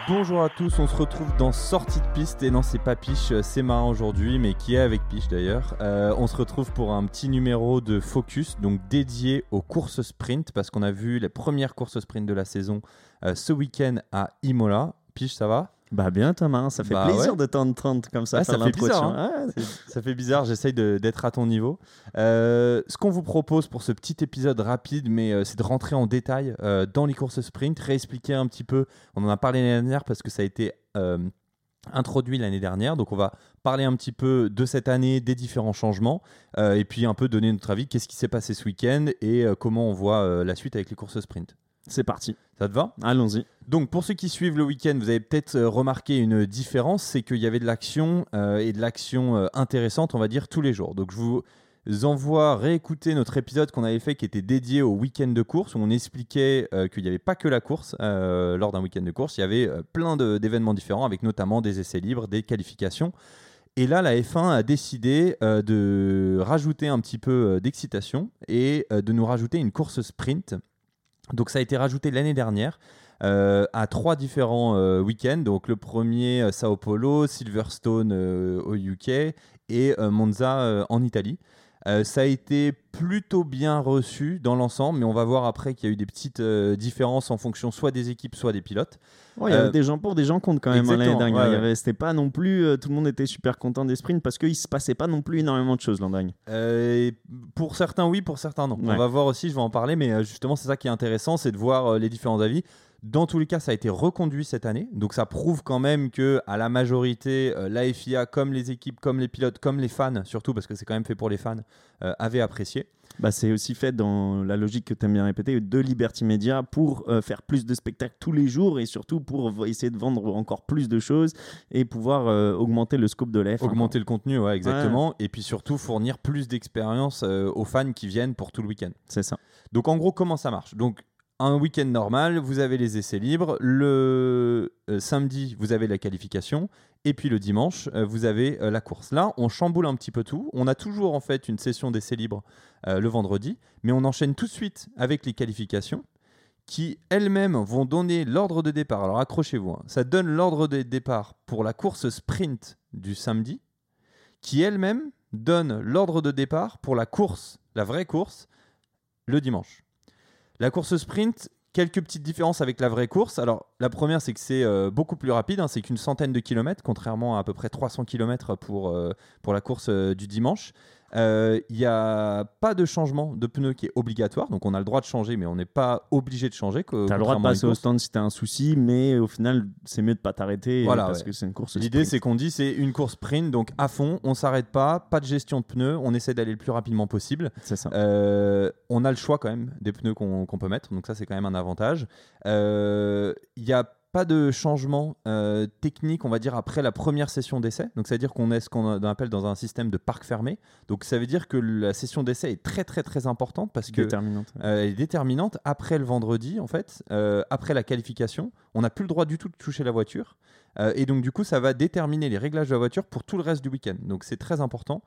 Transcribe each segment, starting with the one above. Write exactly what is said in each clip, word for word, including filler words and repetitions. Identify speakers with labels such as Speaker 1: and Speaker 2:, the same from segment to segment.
Speaker 1: Bonjour à tous, on se retrouve dans Sortie de piste et non c'est pas Piche, c'est Marin aujourd'hui, mais qui est avec Piche d'ailleurs. Euh, on se retrouve pour un petit numéro de Focus, donc dédié aux courses sprint, parce qu'on a vu les premières courses sprint de la saison euh, ce week-end à Imola. Piche, ça va ?
Speaker 2: Bah bien Thomas, ça fait
Speaker 1: bah
Speaker 2: plaisir
Speaker 1: ouais.
Speaker 2: de t'entendre comme ça,
Speaker 1: ah,
Speaker 2: faire
Speaker 1: ça fait bizarre,
Speaker 2: l'introduction.
Speaker 1: hein.
Speaker 2: Ah,
Speaker 1: Ça fait bizarre, j'essaye de, d'être à ton niveau. Euh, ce qu'on vous propose pour ce petit épisode rapide, mais euh, c'est de rentrer en détail euh, dans les courses sprint, réexpliquer un petit peu, on en a parlé l'année dernière parce que ça a été euh, introduit l'année dernière, donc on va parler un petit peu de cette année, des différents changements, euh, et puis un peu donner notre avis, qu'est-ce qui s'est passé ce week-end et euh, comment on voit euh, la suite avec les courses sprint.
Speaker 2: c'est parti,
Speaker 1: Ça te va ?
Speaker 2: allons-y.
Speaker 1: Donc pour ceux qui suivent le week-end, vous avez peut-être euh, remarqué une différence, c'est qu'il y avait de l'action euh, et de l'action euh, intéressante, on va dire, tous les jours. Donc je vous envoie réécouter notre épisode qu'on avait fait qui était dédié au week-end de course, où on expliquait euh, qu'il n'y avait pas que la course euh, lors d'un week-end de course, il y avait euh, plein de, d'événements différents, avec notamment des essais libres, des qualifications. Et là, la F un a décidé euh, de rajouter un petit peu euh, d'excitation et euh, de nous rajouter une course sprint. Donc ça a été rajouté l'année dernière euh, à trois différents euh, week-ends. Donc le premier, euh, Sao Paulo, Silverstone euh, au U K et euh, Monza euh, en Italie. Euh, ça a été plutôt bien reçu dans l'ensemble, mais on va voir après qu'il y a eu des petites euh, différences en fonction soit des équipes, soit des pilotes.
Speaker 2: Ouais, il y avait
Speaker 1: Euh,
Speaker 2: des gens pour, des gens contre quand même hein, l'année
Speaker 1: exactement,
Speaker 2: dernière.
Speaker 1: ouais,
Speaker 2: Il y
Speaker 1: ouais.
Speaker 2: avait, c'était pas non plus, euh, tout le monde était super content des sprints parce qu'il se passait pas non plus énormément de choses l'an dernier.
Speaker 1: Euh, et pour certains oui, pour certains non.
Speaker 2: Ouais.
Speaker 1: On va voir aussi, je vais en parler, mais euh, justement c'est ça qui est intéressant, c'est de voir euh, les différents avis. Dans tous les cas, ça a été reconduit cette année, donc ça prouve quand même que à la majorité, euh, la F I A, comme les équipes, comme les pilotes, comme les fans, surtout parce que c'est quand même fait pour les fans, euh, avaient apprécié.
Speaker 2: Bah, c'est aussi fait dans la logique que tu aimes bien répéter de Liberty Media pour euh, faire plus de spectacles tous les jours et surtout pour v- essayer de vendre encore plus de choses et pouvoir euh, augmenter le scope de l'F un.
Speaker 1: Augmenter le contenu, ouais, exactement, et puis surtout fournir plus d'expérience euh, aux fans qui viennent pour tout le week-end.
Speaker 2: C'est ça.
Speaker 1: Donc en gros, comment ça marche ? Donc un week-end normal, vous avez les essais libres. Le euh, samedi, vous avez la qualification. Et puis le dimanche, euh, vous avez euh, la course. Là, on chamboule un petit peu tout. On a toujours en fait une session d'essais libres euh, le vendredi. Mais on enchaîne tout de suite avec les qualifications qui elles-mêmes vont donner l'ordre de départ. Alors accrochez-vous. Hein. Ça donne l'ordre de départ pour la course sprint du samedi qui elle-même donne l'ordre de départ pour la course, la vraie course, le dimanche. La course sprint, quelques petites différences avec la vraie course. Alors, la première, c'est que c'est euh, beaucoup plus rapide. Hein, c'est qu'une centaine de kilomètres, contrairement à à peu près trois cents kilomètres pour, euh, pour la course euh, du dimanche. Il euh, n'y a pas de changement de pneus qui est obligatoire. Donc, on a le droit de changer, mais on n'est pas obligé de changer.
Speaker 2: Tu as le droit de passer au stand si tu as un souci, mais au final, c'est mieux de ne pas t'arrêter
Speaker 1: voilà,
Speaker 2: parce
Speaker 1: ouais.
Speaker 2: que c'est une course
Speaker 1: L'idée,
Speaker 2: sprint.
Speaker 1: c'est qu'on dit c'est une course sprint, donc à fond, on ne s'arrête pas, pas de gestion de pneus, on essaie d'aller le plus rapidement possible.
Speaker 2: C'est ça.
Speaker 1: Euh, on a le choix quand même des pneus qu'on, qu'on peut mettre, donc ça, c'est quand même un avantage. Il euh, n'y a pas de changement euh, technique, on va dire, après la première session d'essai. Donc, ça veut dire qu'on est ce qu'on appelle dans un système de parc fermé. Donc, ça veut dire que la session d'essai est très, très, très importante parce que
Speaker 2: Déterminante.
Speaker 1: euh, elle est déterminante. Après le vendredi, en fait, euh, après la qualification, on n'a plus le droit du tout de toucher la voiture. Euh, et donc, du coup, ça va déterminer les réglages de la voiture pour tout le reste du week-end. Donc, c'est très important.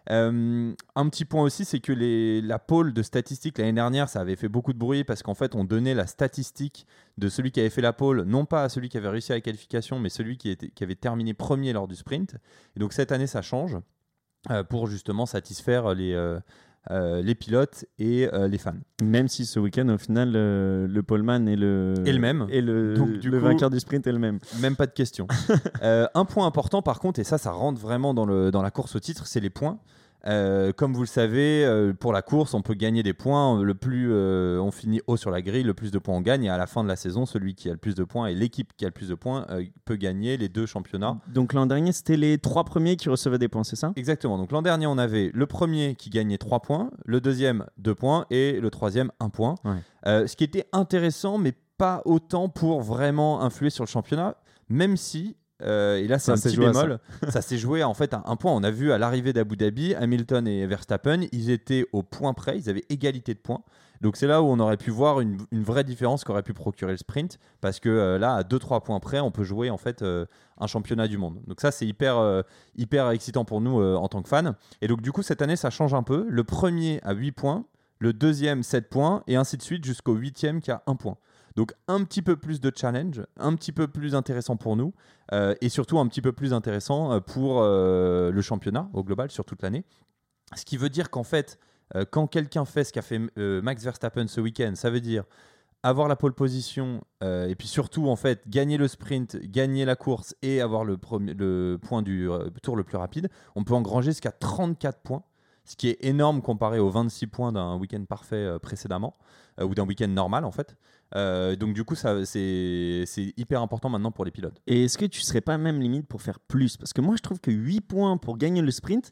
Speaker 1: Euh, un petit point aussi, c'est que les, la pole de statistiques l'année dernière, ça avait fait beaucoup de bruit parce qu'en fait, on donnait la statistique de celui qui avait fait la pole, non pas à celui qui avait réussi à la qualification, mais celui qui, était, qui avait terminé premier lors du sprint. Et donc, cette année, ça change euh, pour justement satisfaire les... Euh, Euh, les pilotes et euh, les fans.
Speaker 2: Même si ce week-end, au final, euh, le poleman et le,
Speaker 1: et le même.
Speaker 2: Et le,
Speaker 1: Donc, du
Speaker 2: le
Speaker 1: coup,
Speaker 2: vainqueur du sprint est le même.
Speaker 1: Même pas de question. euh, un point important, par contre, et ça, ça rentre vraiment dans, le, dans la course au titre, c'est les points. Euh, comme vous le savez, euh, pour la course, on peut gagner des points. Le plus euh, on finit haut sur la grille, le plus de points on gagne. Et à la fin de la saison, celui qui a le plus de points et l'équipe qui a le plus de points euh, peut gagner les deux championnats.
Speaker 2: Donc l'an dernier, c'était les trois premiers qui recevaient des points, c'est ça ?
Speaker 1: Exactement. Donc l'an dernier, on avait le premier qui gagnait trois points, le deuxième deux points et le troisième un point.
Speaker 2: Ouais.
Speaker 1: Euh, ce qui était intéressant, mais pas autant pour vraiment influer sur le championnat, même si. Euh, et là, c'est
Speaker 2: ça
Speaker 1: un petit bémol. Ça. ça s'est joué en fait à un point. On a vu à l'arrivée d'Abu Dhabi, Hamilton et Verstappen, ils étaient au point près, ils avaient égalité de points. Donc c'est là où on aurait pu voir une, une vraie différence qu'aurait pu procurer le sprint, parce que euh, là, à deux trois points près, on peut jouer en fait euh, un championnat du monde. Donc ça, c'est hyper, euh, hyper excitant pour nous euh, en tant que fans. Et donc du coup, cette année, ça change un peu. Le premier a huit points, le deuxième sept points, et ainsi de suite jusqu'au huitième qui a un point. Donc un petit peu plus de challenge, un petit peu plus intéressant pour nous euh, et surtout un petit peu plus intéressant pour euh, le championnat au global sur toute l'année. Ce qui veut dire qu'en fait, euh, quand quelqu'un fait ce qu'a fait euh, Max Verstappen ce week-end, ça veut dire avoir la pole position euh, et puis surtout en fait gagner le sprint, gagner la course et avoir le, premier, le point du euh, tour le plus rapide. On peut engranger jusqu'à trente-quatre points, ce qui est énorme comparé aux vingt-six points d'un week-end parfait euh, précédemment euh, ou d'un week-end normal en fait. Euh, donc du coup ça, c'est, c'est hyper important maintenant pour les pilotes.
Speaker 2: Et est-ce que tu serais pas même limite pour faire plus? Parce que moi je trouve que huit points pour gagner le sprint,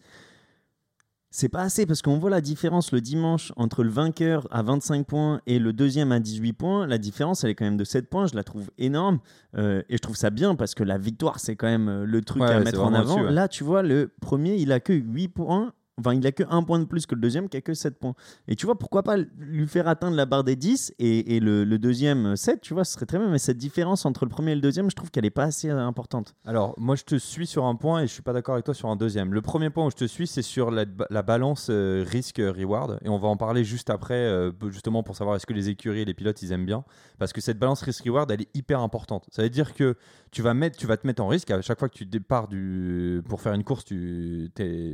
Speaker 2: c'est pas assez, parce qu'on voit la différence le dimanche entre le vainqueur à vingt-cinq points et le deuxième à dix-huit points. La différence, elle est quand même de sept points. Je la trouve énorme. Euh, et je trouve ça bien parce que la victoire, c'est quand même le truc
Speaker 1: ouais,
Speaker 2: à
Speaker 1: ouais,
Speaker 2: mettre en avant.
Speaker 1: Dessus, ouais.
Speaker 2: Là, tu vois, le premier, il a que huit points. Enfin, il a que un point de plus que le deuxième qui a que sept points. Et tu vois, pourquoi pas lui faire atteindre la barre des dix et, et le, le deuxième sept, tu vois, ce serait très bien. Mais cette différence entre le premier et le deuxième, je trouve qu'elle n'est pas assez importante.
Speaker 1: Alors, moi, je te suis sur un point et je suis pas d'accord avec toi sur un deuxième. Le premier point où je te suis, c'est sur la, la balance euh, risque-reward. Et on va en parler juste après, euh, justement pour savoir est-ce que les écuries et les pilotes, ils aiment bien. Parce que cette balance risque-reward, elle est hyper importante. Ça veut dire que tu vas, mettre, tu vas te mettre en risque. À chaque fois que tu départs du, pour faire une course, tu,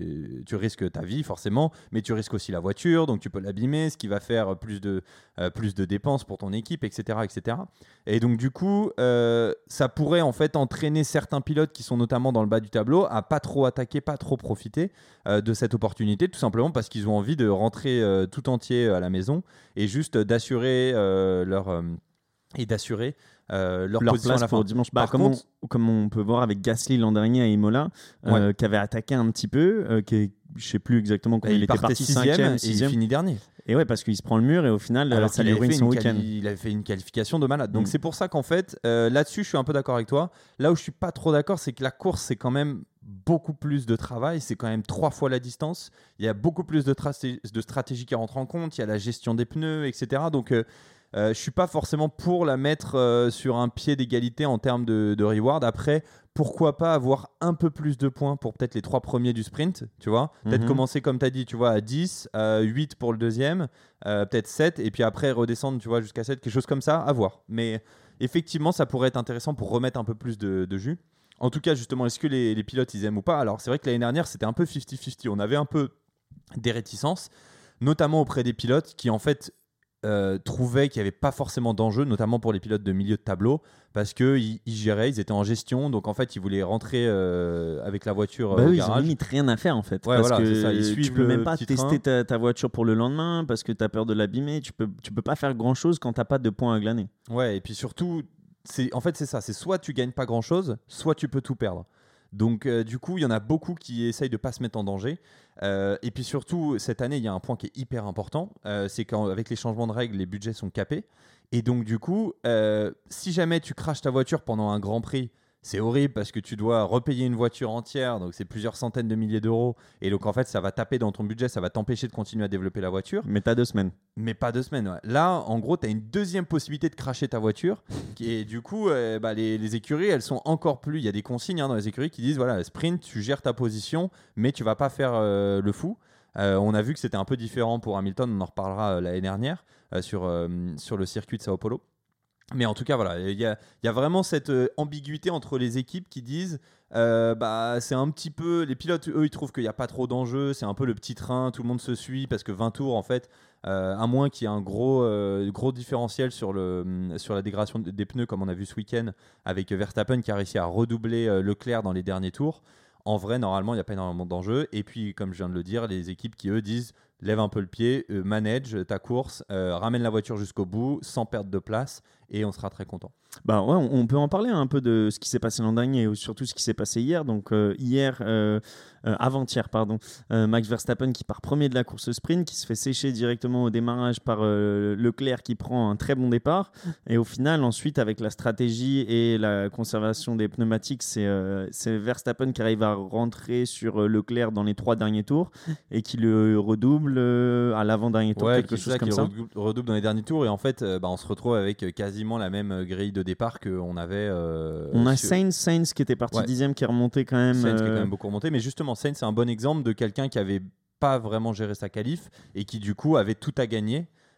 Speaker 1: tu risques ta vie, forcément. Mais tu risques aussi la voiture, donc tu peux l'abîmer, ce qui va faire plus de, euh, plus de dépenses pour ton équipe, et cetera, et cetera. Et donc, du coup, euh, ça pourrait en fait entraîner certains pilotes qui sont notamment dans le bas du tableau à pas trop attaquer, pas trop profiter euh, de cette opportunité, tout simplement parce qu'ils ont envie de rentrer euh, tout entier à la maison et juste d'assurer euh, leur euh, et d'assurer euh, leur,
Speaker 2: leur
Speaker 1: position
Speaker 2: place
Speaker 1: à la
Speaker 2: pour
Speaker 1: fin.
Speaker 2: dimanche. Bah,
Speaker 1: Par
Speaker 2: comme,
Speaker 1: contre,
Speaker 2: on, comme on peut voir avec Gasly l'an dernier à Imola, euh,
Speaker 1: ouais.
Speaker 2: qui avait attaqué un petit peu, euh, qui, je sais plus exactement comment il,
Speaker 1: il
Speaker 2: était parti,
Speaker 1: sixième
Speaker 2: cinquième,
Speaker 1: et il finit dernier.
Speaker 2: Et ouais, parce qu'il se prend le mur et au final,
Speaker 1: Alors
Speaker 2: ça
Speaker 1: qu'il
Speaker 2: lui
Speaker 1: avait
Speaker 2: ruine
Speaker 1: fait
Speaker 2: son
Speaker 1: une
Speaker 2: week-end.
Speaker 1: quali- il avait fait une qualification de malade. Donc
Speaker 2: Mm.
Speaker 1: c'est pour ça qu'en fait, euh, là-dessus, je suis un peu d'accord avec toi. Là où je suis pas trop d'accord, c'est que la course, c'est quand même beaucoup plus de travail. C'est quand même trois fois la distance. Il y a beaucoup plus de, tra- de stratégies qui rentrent en compte. Il y a la gestion des pneus, et cetera. Donc euh, euh, je suis pas forcément pour la mettre euh, sur un pied d'égalité en termes de, de reward. Après, pourquoi pas avoir un peu plus de points pour peut-être les trois premiers du sprint, tu vois. Peut-être
Speaker 2: Mhm.
Speaker 1: commencer, comme tu as dit, tu vois, à dix, à huit pour le deuxième, euh, peut-être sept, et puis après redescendre, tu vois, jusqu'à sept, quelque chose comme ça, à voir. Mais effectivement, ça pourrait être intéressant pour remettre un peu plus de, de jus. En tout cas, justement, est-ce que les, les pilotes, ils aiment ou pas? Alors, c'est vrai que l'année dernière, c'était un peu cinquante cinquante. On avait un peu des réticences, notamment auprès des pilotes qui, en fait, Euh, trouvaient qu'il n'y avait pas forcément d'enjeu, notamment pour les pilotes de milieu de tableau, parce qu'ils ils géraient, ils étaient en gestion, donc en fait ils voulaient rentrer euh, avec la voiture
Speaker 2: bah
Speaker 1: euh, au
Speaker 2: oui,
Speaker 1: garage.
Speaker 2: Ils ont limite rien à faire en fait.
Speaker 1: Ouais,
Speaker 2: parce
Speaker 1: voilà,
Speaker 2: que
Speaker 1: c'est ça, ils
Speaker 2: tu
Speaker 1: suivent
Speaker 2: peux
Speaker 1: le
Speaker 2: même pas
Speaker 1: petit
Speaker 2: tester
Speaker 1: train.
Speaker 2: ta, ta voiture pour le lendemain parce que tu as peur de l'abîmer. Tu peux, tu peux pas faire grand chose quand tu n'as pas de points à glaner.
Speaker 1: Ouais, et puis surtout, c'est, en fait c'est ça, c'est soit tu gagnes pas grand chose, soit tu peux tout perdre. Donc euh, du coup, il y en a beaucoup qui essayent de pas se mettre en danger. Euh, et puis surtout, cette année, il y a un point qui est hyper important, euh, c'est qu'avec les changements de règles, les budgets sont capés. Et donc du coup, euh, si jamais tu crashes ta voiture pendant un Grand Prix, c'est horrible parce que tu dois repayer une voiture entière, donc c'est plusieurs centaines de milliers d'euros. Et donc en fait, ça va taper dans ton budget, ça va t'empêcher de continuer à développer la voiture.
Speaker 2: Mais tu as deux semaines.
Speaker 1: Mais pas deux semaines, ouais. Là, en gros, tu as une deuxième possibilité de cracher ta voiture. Et du coup, euh, bah, les, les écuries, elles sont encore plus... Il y a des consignes hein, dans les écuries qui disent, voilà, sprint, tu gères ta position, mais tu vas pas faire euh, le fou. Euh, on a vu que c'était un peu différent pour Hamilton, on en reparlera euh, l'année dernière, euh, sur, euh, sur le circuit de Sao Paulo. Mais en tout cas, voilà, il y a, y a vraiment cette euh, ambiguïté entre les équipes qui disent euh, bah, c'est un petit peu. Les pilotes, eux, ils trouvent qu'il n'y a pas trop d'enjeux, c'est un peu le petit train, tout le monde se suit parce que vingt tours, en fait, euh, à moins qu'il y ait un gros, euh, gros différentiel sur, le, sur la dégradation des pneus, comme on a vu ce week-end avec Verstappen qui a réussi à redoubler euh, Leclerc dans les derniers tours. En vrai, normalement, il n'y a pas énormément d'enjeux. Et puis, comme je viens de le dire, les équipes qui, eux, disent lève un peu le pied, euh, manage ta course, euh, ramène la voiture jusqu'au bout sans perdre de place et on sera très content.
Speaker 2: Bah ouais, on peut en parler un peu de ce qui s'est passé l'an dernier et surtout ce qui s'est passé hier. Donc euh, hier, euh, euh, avant-hier, pardon, euh, Max Verstappen qui part premier de la course sprint, qui se fait sécher directement au démarrage par euh, Leclerc qui prend un très bon départ. Et au final, ensuite, avec la stratégie et la conservation des pneumatiques, c'est, euh, c'est Verstappen qui arrive à rentrer sur Leclerc dans les trois derniers tours et qui le redouble euh, à l'avant-dernier tour,
Speaker 1: ouais,
Speaker 2: quelque chose
Speaker 1: ça,
Speaker 2: comme
Speaker 1: qui
Speaker 2: ça.
Speaker 1: Redouble, redouble dans les derniers tours et en fait, euh, bah, on se retrouve avec quasiment la même grille de départ qu'on avait. Euh,
Speaker 2: on a
Speaker 1: sur...
Speaker 2: Sainz, Sainz qui était parti
Speaker 1: ouais.
Speaker 2: dixième, qui est remonté quand même.
Speaker 1: Sainz
Speaker 2: euh...
Speaker 1: qui est quand même beaucoup remonté, mais justement, Sainz c'est un bon exemple de quelqu'un qui avait pas vraiment géré sa qualif et qui du coup avait tout à gagner.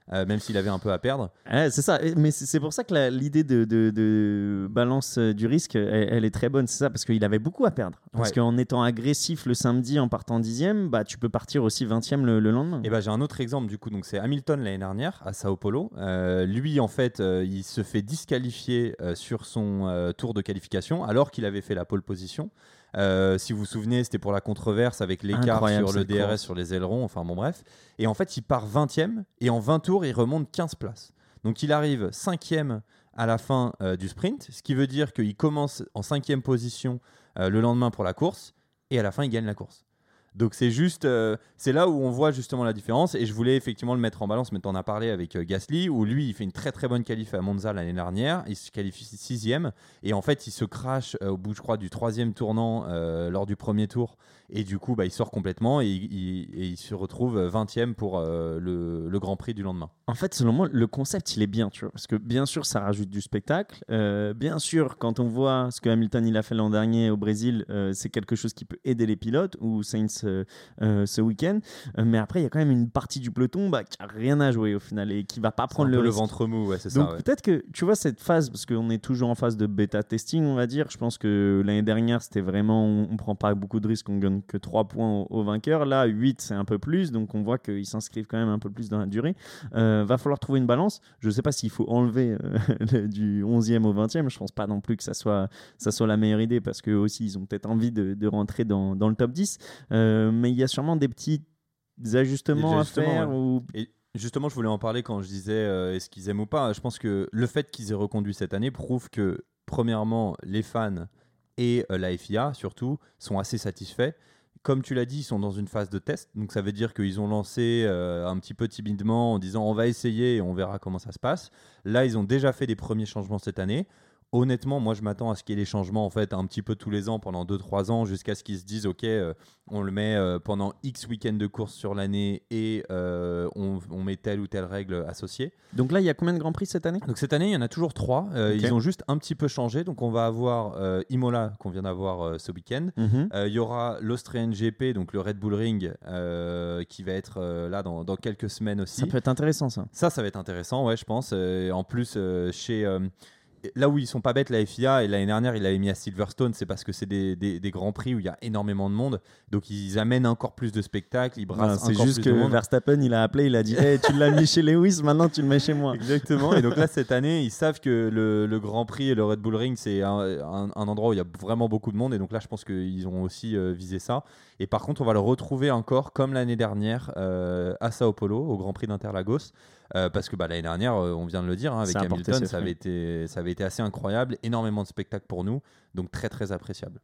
Speaker 1: euh, même s'il avait un peu à perdre.
Speaker 2: Ouais, c'est ça, mais c'est pour ça que la, l'idée de, de, de balance du risque, elle, elle est très bonne, c'est ça, parce qu'il avait beaucoup à perdre. Parce
Speaker 1: ouais.
Speaker 2: qu'en étant agressif le samedi, en partant dixième, bah, tu peux partir aussi vingtième le, le lendemain.
Speaker 1: Et bah, j'ai un autre exemple, du coup, donc c'est Hamilton l'année dernière à Sao Paulo. Euh, lui, en fait, euh, il se fait disqualifier euh, sur son euh, tour de qualification alors qu'il avait fait la pole position. Euh, si vous vous souvenez, c'était pour la controverse avec l'écart
Speaker 2: Incroyable,
Speaker 1: sur le
Speaker 2: cette
Speaker 1: D R S,
Speaker 2: course.
Speaker 1: sur les ailerons, enfin bon bref. Et en fait, il part vingtième et en vingt tours, il remonte quinze places. Donc il arrive cinquième à la fin euh, du sprint, ce qui veut dire qu'il commence en cinquième position euh, le lendemain pour la course et à la fin, il gagne la course. Donc c'est juste, euh, c'est là où on voit justement la différence et je voulais effectivement le mettre en balance, mais tu en as parlé avec euh, Gasly, où lui il fait une très très bonne qualif à Monza l'année dernière, il se qualifie sixième et en fait il se crache euh, au bout je crois du troisième tournant euh, lors du premier tour et du coup bah, il sort complètement et il, il, et il se retrouve vingtième pour euh, le, le Grand Prix du lendemain.
Speaker 2: En fait, selon moi, le concept, il est bien, tu vois, parce que bien sûr, ça rajoute du spectacle. Euh, bien sûr, quand on voit ce que Hamilton il a fait l'an dernier au Brésil, euh, c'est quelque chose qui peut aider les pilotes, ou Sainz euh, euh, ce week-end. Euh, mais après, il y a quand même une partie du peloton bah, qui a rien à jouer au final et qui va pas
Speaker 1: C'est
Speaker 2: prendre
Speaker 1: un
Speaker 2: le
Speaker 1: peu le
Speaker 2: risque.
Speaker 1: ventre mou, ouais, c'est
Speaker 2: Donc
Speaker 1: ça. Ouais.
Speaker 2: peut-être que, tu vois, cette phase, parce qu'on est toujours en phase de bêta testing, on va dire, je pense que l'année dernière, c'était vraiment, on ne prend pas beaucoup de risques, on gagne que trois points au, au vainqueur. Là, huit, c'est un peu plus, donc on voit qu'ils s'inscrivent quand même un peu plus dans la durée. Euh, va falloir trouver une balance. Je ne sais pas s'il faut enlever euh, du onzième au vingtième, je ne pense pas non plus que ça soit, ça soit la meilleure idée, parce qu'eux aussi, ils ont peut-être envie de, de rentrer dans, dans le top dix. Euh, mais il y a sûrement des petits ajustements à faire.
Speaker 1: Ouais.
Speaker 2: Ou...
Speaker 1: Et justement, je voulais en parler quand je disais euh, est-ce qu'ils aiment ou pas. Je pense que le fait qu'ils aient reconduit cette année prouve que, premièrement, les fans et euh, la F I A, surtout, sont assez satisfaits. Comme tu l'as dit, ils sont dans une phase de test. Donc, ça veut dire qu'ils ont lancé euh, un petit peu timidement en disant on va essayer et on verra comment ça se passe. Là, ils ont déjà fait des premiers changements cette année. Honnêtement, moi, je m'attends à ce qu'il y ait les changements en fait un petit peu tous les ans pendant deux trois ans jusqu'à ce qu'ils se disent ok, euh, on le met euh, pendant X week-ends de course sur l'année et euh, on, on met telle ou telle règle associée.
Speaker 2: Donc là, il y a combien de Grands Prix cette année ?
Speaker 1: Donc cette année, il y en a toujours trois. Euh,
Speaker 2: Ok.
Speaker 1: Ils ont juste un petit peu changé. Donc on va avoir euh, Imola qu'on vient d'avoir euh, ce week-end.
Speaker 2: Mhm.
Speaker 1: Euh, Il y aura l'Austrian G P, donc le Red Bull Ring, euh, qui va être euh, là dans, dans quelques semaines aussi.
Speaker 2: Ça peut être intéressant, ça.
Speaker 1: Ça, ça va être intéressant, ouais, je pense. Euh, en plus, euh, chez euh, là où ils sont pas bêtes, la F I A, et l'année dernière, il avait mis à Silverstone, c'est parce que c'est des, des, des grands prix où il y a énormément de monde. Donc ils amènent encore plus de spectacles, ils brassent
Speaker 2: Voilà, c'est
Speaker 1: encore
Speaker 2: juste
Speaker 1: plus
Speaker 2: que
Speaker 1: de monde.
Speaker 2: Verstappen, il a appelé, il a dit hey, tu l'as mis chez Lewis, maintenant tu le mets chez moi.
Speaker 1: Exactement. Et donc là, cette année, ils savent que le, le Grand Prix et le Red Bull Ring, c'est un, un, un endroit où il y a vraiment beaucoup de monde. Et donc là, je pense qu'ils ont aussi euh, visé ça. Et par contre, on va le retrouver encore, comme l'année dernière, euh, à Sao Paulo, au Grand Prix d'Interlagos. Euh, parce que bah, l'année dernière, euh, on vient de le dire, hein, avec
Speaker 2: Ça a apporté
Speaker 1: Hamilton,
Speaker 2: ses
Speaker 1: ça
Speaker 2: fruits.
Speaker 1: avait, été, ça avait été assez incroyable. Énormément de spectacles pour nous. Donc très, très appréciable.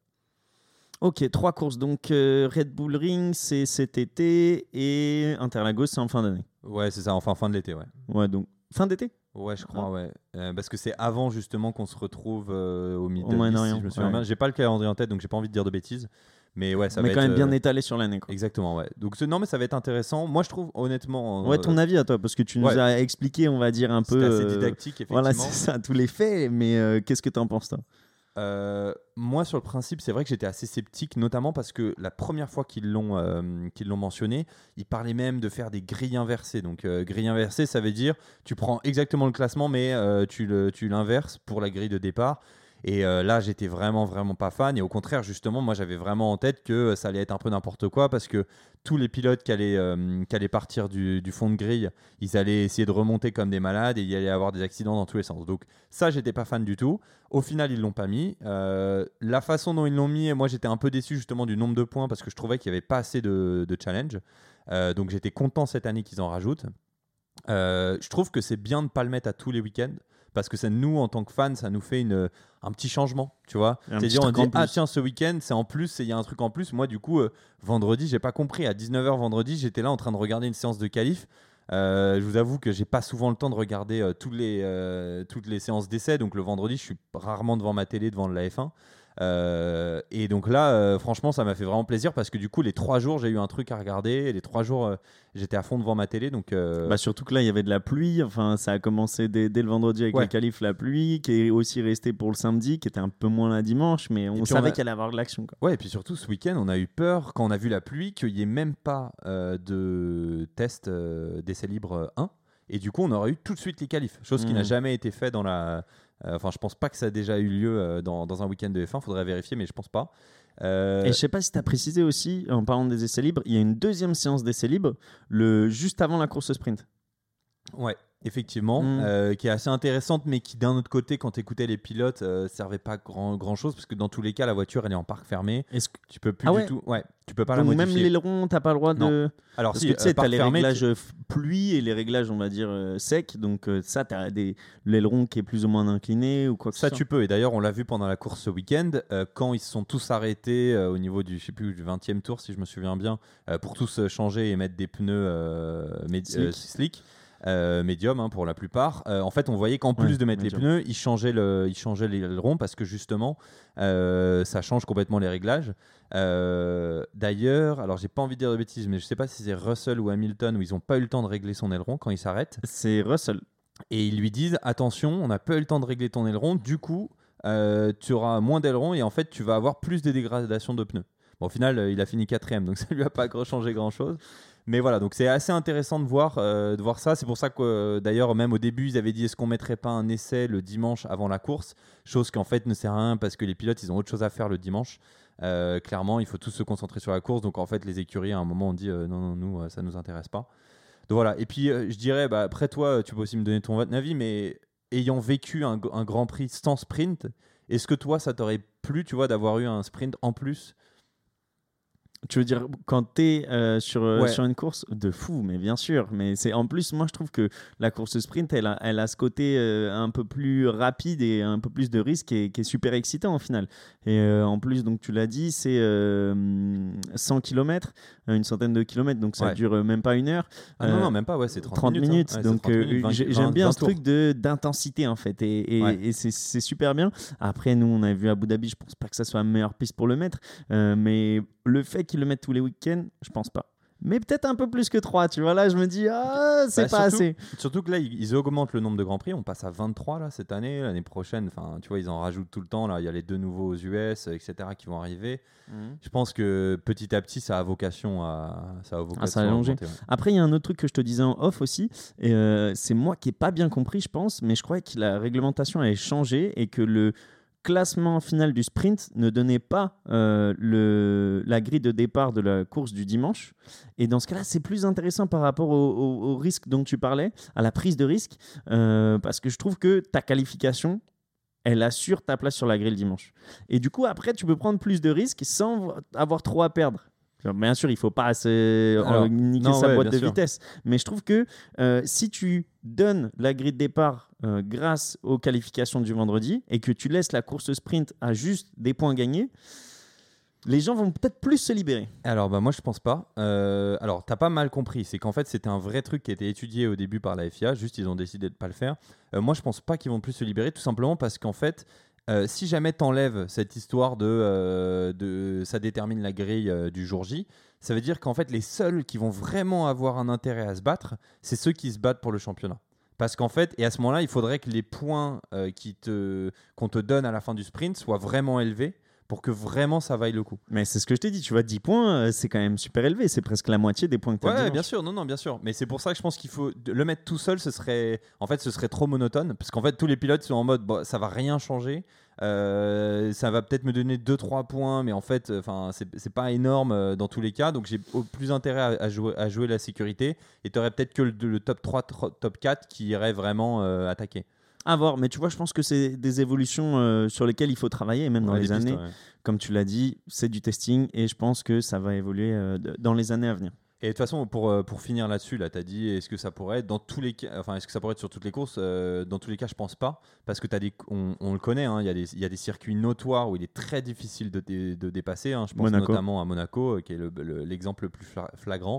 Speaker 2: Ok, trois courses. Donc euh, Red Bull Ring, c'est cet été et Interlagos, c'est en fin d'année.
Speaker 1: Ouais, c'est ça, enfin fin de l'été, ouais.
Speaker 2: Ouais, donc fin d'été
Speaker 1: Ouais, je crois, ouais. Euh, parce que c'est avant justement qu'on se retrouve euh, au Middle
Speaker 2: Au
Speaker 1: East,
Speaker 2: Moyen-Orient,
Speaker 1: si je me souviens
Speaker 2: ouais.
Speaker 1: bien. J'ai pas le calendrier en tête, donc j'ai pas envie de dire de bêtises. Mais ouais, ça
Speaker 2: Mais
Speaker 1: va
Speaker 2: quand
Speaker 1: être,
Speaker 2: même bien
Speaker 1: euh,
Speaker 2: étalé sur l'année. Quoi.
Speaker 1: Exactement, ouais. Donc ce- non, mais ça va être intéressant. Moi, je trouve honnêtement.
Speaker 2: Ouais,
Speaker 1: euh,
Speaker 2: ton avis à toi, parce que tu nous
Speaker 1: ouais.
Speaker 2: as expliqué, on va dire, un peu.
Speaker 1: C'était assez
Speaker 2: euh,
Speaker 1: didactique, effectivement.
Speaker 2: Voilà, c'est ça, tous les faits, mais euh, qu'est-ce que tu en penses, toi ?
Speaker 1: Euh, moi, sur le principe, c'est vrai que j'étais assez sceptique, notamment parce que la première fois qu'ils l'ont euh, qu'ils l'ont mentionné, ils parlaient même de faire des grilles inversées. Donc, euh, grille inversée, ça veut dire tu prends exactement le classement, mais euh, tu, le, tu l'inverses pour la grille de départ. Et euh, là, j'étais vraiment, vraiment pas fan. Et au contraire, justement, moi, j'avais vraiment en tête que ça allait être un peu n'importe quoi parce que tous les pilotes qui allaient, euh, qui allaient partir du, du fond de grille, ils allaient essayer de remonter comme des malades et il y allait avoir des accidents dans tous les sens. Donc, ça, j'étais pas fan du tout. Au final, ils l'ont pas mis. Euh, la façon dont ils l'ont mis, moi, j'étais un peu déçu justement du nombre de points parce que je trouvais qu'il n'y avait pas assez de, de challenge. Euh, donc, j'étais content cette année qu'ils en rajoutent. Euh, je trouve que c'est bien de ne pas le mettre à tous les week-ends parce que ça, nous, en tant que fans, ça nous fait une, un petit changement, tu vois.
Speaker 2: Un
Speaker 1: C'est-à-dire,
Speaker 2: petit
Speaker 1: on
Speaker 2: truc
Speaker 1: dit,
Speaker 2: en
Speaker 1: ah
Speaker 2: plus.
Speaker 1: tiens, ce week-end, c'est en plus, et il y a un truc en plus. Moi, du coup, euh, vendredi, j'ai pas compris. À dix-neuf heures vendredi, j'étais là en train de regarder une séance de qualif. Euh, je vous avoue que j'ai pas souvent le temps de regarder euh, toutes, les, euh, toutes les séances d'essai. Donc, le vendredi, je suis rarement devant ma télé, devant la F un. Euh, et donc là, euh, franchement, ça m'a fait vraiment plaisir parce que du coup, les trois jours, j'ai eu un truc à regarder. Et les trois jours, euh, j'étais à fond devant ma télé. Donc, euh,
Speaker 2: Bah surtout que là, il y avait de la pluie. Enfin, ça a commencé dès, dès le vendredi avec
Speaker 1: Ouais.
Speaker 2: les qualifs, la pluie, qui est aussi restée pour le samedi, qui était un peu moins la dimanche, mais on
Speaker 1: puis
Speaker 2: savait
Speaker 1: on a-
Speaker 2: qu'il allait y avoir de l'action. Quoi.
Speaker 1: ouais, et puis surtout, ce week-end, on a eu peur quand on a vu la pluie qu'il n'y ait même pas euh, de test euh, d'essai libre un. Et du coup, on aurait eu tout de suite les qualifs, chose mmh. qui n'a jamais été fait dans la. Euh, enfin, je pense pas que ça a déjà eu lieu euh, dans, dans un week-end de F un. Faudrait vérifier, mais je pense pas.
Speaker 2: Euh... Et je sais pas si tu as précisé aussi, en parlant des essais libres, il y a une deuxième séance d'essais libres le juste avant la course sprint.
Speaker 1: Ouais. Effectivement, mmh. euh, qui est assez intéressante, mais qui d'un autre côté, quand tu écoutais les pilotes, euh, servait pas grand, grand chose, parce que dans tous les cas, la voiture elle est en parc fermé. Est-ce que tu peux plus
Speaker 2: ah
Speaker 1: du
Speaker 2: ouais.
Speaker 1: tout, ouais, tu peux pas
Speaker 2: donc
Speaker 1: la modifier.
Speaker 2: Même l'aileron, t'as pas le droit de.
Speaker 1: Non. Alors
Speaker 2: parce
Speaker 1: si,
Speaker 2: que tu sais,
Speaker 1: euh,
Speaker 2: t'as les
Speaker 1: fermé,
Speaker 2: réglages
Speaker 1: tu...
Speaker 2: pluie et les réglages, on va dire euh, secs, donc euh, ça, t'as des l'aileron qui est plus ou moins incliné ou quoi que
Speaker 1: ça
Speaker 2: ce soit.
Speaker 1: Tu peux. Et d'ailleurs, on l'a vu pendant la course ce week-end, euh, quand ils se sont tous arrêtés euh, au niveau du, je sais plus, du vingtième tour, si je me souviens bien, euh, pour tous changer et mettre des pneus euh, médi- slick. Euh, slick. Euh, médium hein, pour la plupart. Euh, en fait, on voyait qu'en plus ouais, de mettre médium. les pneus, ils changeaient, le, ils changeaient l'aileron parce que justement, euh, ça change complètement les réglages. Euh, d'ailleurs, alors j'ai pas envie de dire de bêtises, mais je sais pas si c'est Russell ou Hamilton où ils ont pas eu le temps de régler son aileron quand il s'arrête.
Speaker 2: C'est Russell.
Speaker 1: Et ils lui disent attention, on n'a pas eu le temps de régler ton aileron, du coup, euh, tu auras moins d'aileron et en fait, tu vas avoir plus de dégradation de pneus. Bon, au final, euh, il a fini quatrième, donc ça lui a pas changé grand chose. Mais voilà, donc c'est assez intéressant de voir, euh, de voir ça. C'est pour ça que euh, d'ailleurs, même au début, ils avaient dit est-ce qu'on mettrait pas un essai le dimanche avant la course, chose qui en fait ne sert à rien parce que les pilotes, ils ont autre chose à faire le dimanche. Euh, clairement, il faut tous se concentrer sur la course. Donc en fait, les écuries, à un moment, ont dit euh, non, non, nous, euh, ça nous intéresse pas. Donc voilà. Et puis, euh, je dirais, bah, après toi, tu peux aussi me donner ton avis, mais ayant vécu un, un Grand Prix sans sprint, est-ce que toi, ça t'aurait plu, tu vois, d'avoir eu un sprint en plus ?
Speaker 2: Tu veux dire quand tu es euh, sur, euh,
Speaker 1: ouais.
Speaker 2: sur une course de fou, mais bien sûr. Mais c'est en plus, moi je trouve que la course sprint, elle a, elle a ce côté euh, un peu plus rapide et un peu plus de risque et qui est super excitant au final. Et euh, en plus, donc tu l'as dit, c'est euh, cent kilomètres, une centaine de kilomètres, donc ça ouais. dure même pas une heure.
Speaker 1: Ah euh, non, non, même pas, ouais, c'est trente,
Speaker 2: trente minutes.
Speaker 1: minutes. Hein.
Speaker 2: Ouais, donc
Speaker 1: trente minutes, vingt,
Speaker 2: j'aime
Speaker 1: vingt,
Speaker 2: bien
Speaker 1: vingt
Speaker 2: ce truc de, d'intensité en fait. Et, et, ouais. et c'est, c'est super bien. Après, nous, on a vu Abu Dhabi, je pense pas que ça soit la meilleure piste pour le mettre, euh, mais le fait qu'ils le mettent tous les week-ends, je pense pas. Mais peut-être un peu plus que trois, tu vois. Là, je me dis, ah, c'est bah, pas
Speaker 1: surtout,
Speaker 2: assez.
Speaker 1: Surtout que là, ils augmentent le nombre de Grands Prix. On passe à vingt-trois là, cette année. L'année prochaine, tu vois, ils en rajoutent tout le temps. Là, il y a les deux nouveaux aux U S, et cetera qui vont arriver. Mmh. Je pense que petit à petit, ça a vocation à, ça a vocation
Speaker 2: ah, ça a allongé.
Speaker 1: Ouais.
Speaker 2: Après, il y a un autre truc que je te disais en off aussi. Et euh, c'est moi qui n'ai pas bien compris, je pense. Mais je croyais que la réglementation avait changé et que le classement final du sprint ne donnait pas euh, le, la grille de départ de la course du dimanche. Et dans ce cas-là, c'est plus intéressant par rapport au, au, au risque dont tu parlais, à la prise de risque, euh, parce que je trouve que ta qualification, elle assure ta place sur la grille le dimanche. Et du coup, après, tu peux prendre plus de risques sans avoir trop à perdre. Bien sûr, il ne faut pas se Alors, niquer non, sa ouais, boîte de sûr. vitesse. Mais je trouve que euh, si tu donnes la grille de départ euh, grâce aux qualifications du vendredi et que tu laisses la course sprint à juste des points gagnés, les gens vont peut-être plus se libérer.
Speaker 1: Alors, bah, moi, je ne pense pas. Euh, alors, tu n'as pas mal compris. C'est qu'en fait, c'était un vrai truc qui a été étudié au début par la F I A. Juste, ils ont décidé de ne pas le faire. Euh, moi, je ne pense pas qu'ils vont plus se libérer, tout simplement parce qu'en fait, Euh, si jamais t'enlèves cette histoire de, euh, de ça détermine la grille euh, du jour J, ça veut dire qu'en fait les seuls qui vont vraiment avoir un intérêt à se battre, c'est ceux qui se battent pour le championnat. Parce qu'en fait, et à ce moment-là, il faudrait que les points euh, qui te, qu'on te donne à la fin du sprint soient vraiment élevés pour que vraiment ça vaille le coup.
Speaker 2: Mais c'est ce que je t'ai dit, tu vois, dix points, c'est quand même super élevé, c'est presque la moitié des points que tu as
Speaker 1: Ouais,
Speaker 2: dimanche.
Speaker 1: bien sûr, non, non, bien sûr. Mais c'est pour ça que je pense qu'il faut le mettre tout seul, ce serait, en fait, ce serait trop monotone, parce qu'en fait, tous les pilotes sont en mode, bon, ça va rien changer, euh, ça va peut-être me donner deux trois points, mais en fait, enfin, c'est, c'est pas énorme dans tous les cas, donc j'ai plus intérêt à, à, jouer, à jouer la sécurité, et tu aurais peut-être que le, le top trois, top quatre qui irait vraiment euh, attaquer.
Speaker 2: À voir, mais tu vois, je pense que c'est des évolutions euh, sur lesquelles il faut travailler, même dans ouais, les, les pistes, années. Ouais. Comme tu l'as dit, c'est du testing et je pense que ça va évoluer euh, dans les années à venir.
Speaker 1: Et de toute façon, pour, pour finir là-dessus, là, tu as dit, est-ce que ça pourrait être dans tous les cas, enfin, est-ce que ça pourrait être sur toutes les courses euh, Dans tous les cas, je pense pas, parce que t'as des, on, on le connaît, hein, il y a des, il y a des circuits notoires où il est très difficile de, de, de dépasser. Hein, je pense Monaco. notamment à Monaco, qui est le, le, l'exemple le plus flagrant.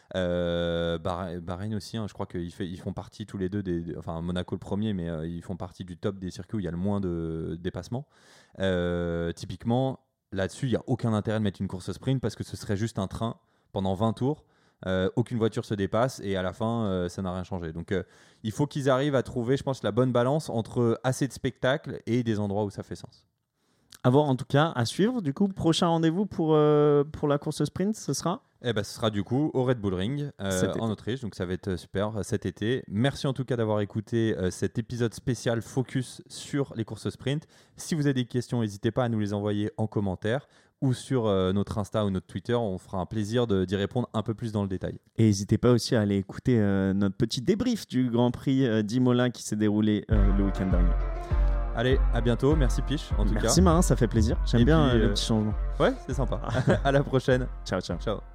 Speaker 1: Euh, Bahreïn aussi, hein, je crois qu'ils fait, ils font partie tous les deux, des, des, enfin Monaco le premier, mais euh, ils font partie du top des circuits où il y a le moins de dépassements. Euh, typiquement, là-dessus, il n'y a aucun intérêt de mettre une course sprint parce que ce serait juste un train pendant vingt tours. Euh, aucune voiture se dépasse et à la fin, euh, ça n'a rien changé. Donc, euh, il faut qu'ils arrivent à trouver, je pense, la bonne balance entre assez de spectacles et des endroits où ça fait sens.
Speaker 2: À voir en tout cas, à suivre. Du coup, prochain rendez-vous pour, euh, pour la course sprint, ce sera
Speaker 1: Eh ben, ce sera du coup au Red Bull Ring euh, en Autriche, donc ça va être super euh, cet été. Merci en tout cas d'avoir écouté euh, cet épisode spécial focus sur les courses sprint. Si vous avez des questions, n'hésitez pas à nous les envoyer en commentaire ou sur euh, notre Insta ou notre Twitter. On fera un plaisir de, d'y répondre un peu plus dans le détail.
Speaker 2: Et n'hésitez pas aussi à aller écouter euh, notre petit débrief du Grand Prix euh, d'Imola qui s'est déroulé euh, le week-end dernier.
Speaker 1: Allez, à bientôt. Merci Piche en tout
Speaker 2: Merci
Speaker 1: cas.
Speaker 2: Marin, ça fait plaisir. J'aime
Speaker 1: Et
Speaker 2: bien
Speaker 1: puis,
Speaker 2: euh,
Speaker 1: euh,
Speaker 2: le petit changement.
Speaker 1: Ouais, c'est sympa. À la prochaine.
Speaker 2: Ciao, ciao.
Speaker 1: Ciao.